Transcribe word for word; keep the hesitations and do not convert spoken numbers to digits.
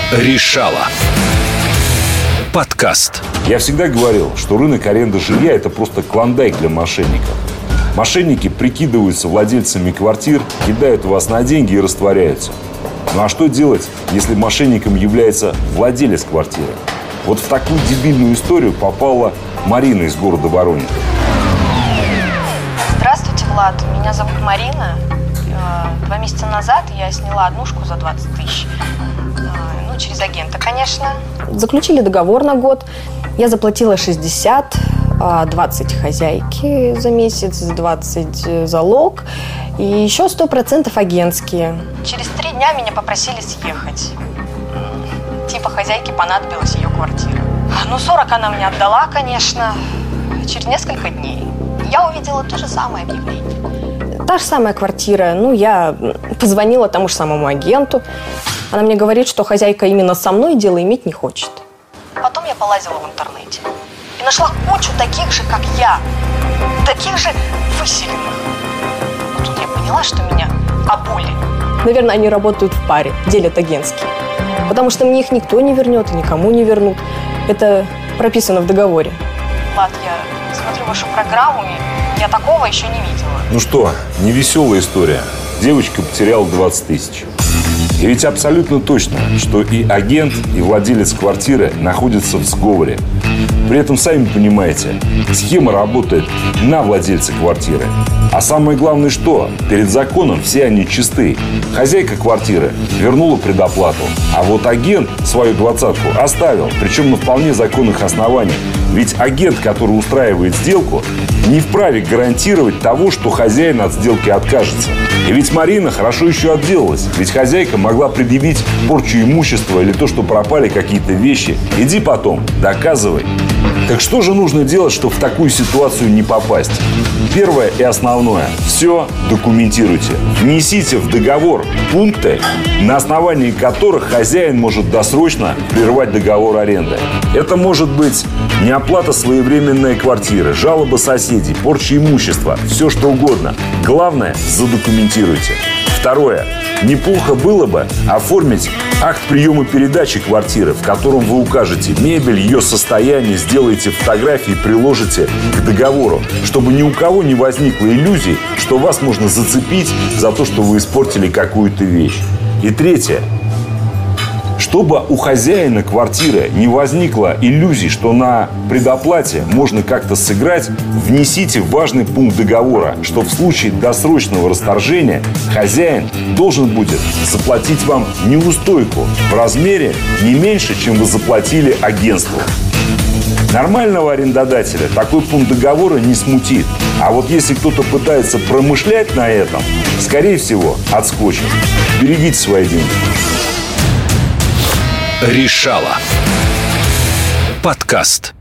Решала. Подкаст. Я всегда говорил, что рынок аренды жилья – это просто клондайк для мошенников. Мошенники прикидываются владельцами квартир, кидают вас на деньги и растворяются. Ну а что делать, если мошенником является владелец квартиры? Вот в такую дебильную историю попала Марина из города Воронеж. Здравствуйте, Влад. Меня зовут Марина. Два месяца назад я сняла однушку за двадцать тысяч. Ну, через агента, конечно. Заключили договор на год. Я заплатила шестьдесят, двадцать хозяйки за месяц, двадцать залог. И еще сто процентов агентские. Через три дня меня попросили съехать. Типа хозяйке понадобилась ее квартира. Ну, сорок она мне отдала, конечно. Через несколько дней я увидела то же самое объявление. Та же самая квартира. Ну, я позвонила тому же самому агенту. Она мне говорит, что хозяйка именно со мной дело иметь не хочет. Потом я полазила в интернете и нашла кучу таких же, как я. Таких же выселенных. Тут я поняла, что меня обули. Наверное, они работают в паре, делят агентские. Потому что мне их никто не вернет и никому не вернут. Это прописано в договоре. Влад, я смотрю вашу программу, и я такого еще не видела. Ну что, невеселая история. Девочка потеряла двадцать тысяч. И ведь абсолютно точно, что и агент, и владелец квартиры находятся в сговоре. При этом, сами понимаете, схема работает на владельца квартиры. А самое главное, что перед законом все они чисты. Хозяйка квартиры вернула предоплату, а вот агент свою двадцатку оставил, причем на вполне законных основаниях. Ведь агент, который устраивает сделку, не вправе гарантировать того, что хозяин от сделки откажется. И ведь Марина хорошо еще отделалась. Ведь хозяйка могла предъявить порчу имущества или то, что пропали какие-то вещи. Иди потом, доказывай. Так что же нужно делать, чтобы в такую ситуацию не попасть? Первое и основное. Все документируйте. Внесите в договор пункты, на основании которых хозяин может досрочно прервать договор аренды. Это может быть неоплата своевременной квартиры, жалоба соседей, порча имущества, все что угодно. Главное, задокументируйте. Второе. Неплохо было бы оформить акт приема передачи квартиры, в котором вы укажете мебель, ее состояние, сделаете фотографии, приложите к договору, чтобы ни у кого не возникло иллюзий, что вас можно зацепить за то, что вы испортили какую-то вещь. И третье. Чтобы у хозяина квартиры не возникло иллюзий, что на предоплате можно как-то сыграть, внесите важный пункт договора, что в случае досрочного расторжения хозяин должен будет заплатить вам неустойку в размере не меньше, чем вы заплатили агентству. Нормального арендодателя такой пункт договора не смутит. А вот если кто-то пытается промышлять на этом, скорее всего, отскочит. Берегите свои деньги. Решала. Подкаст.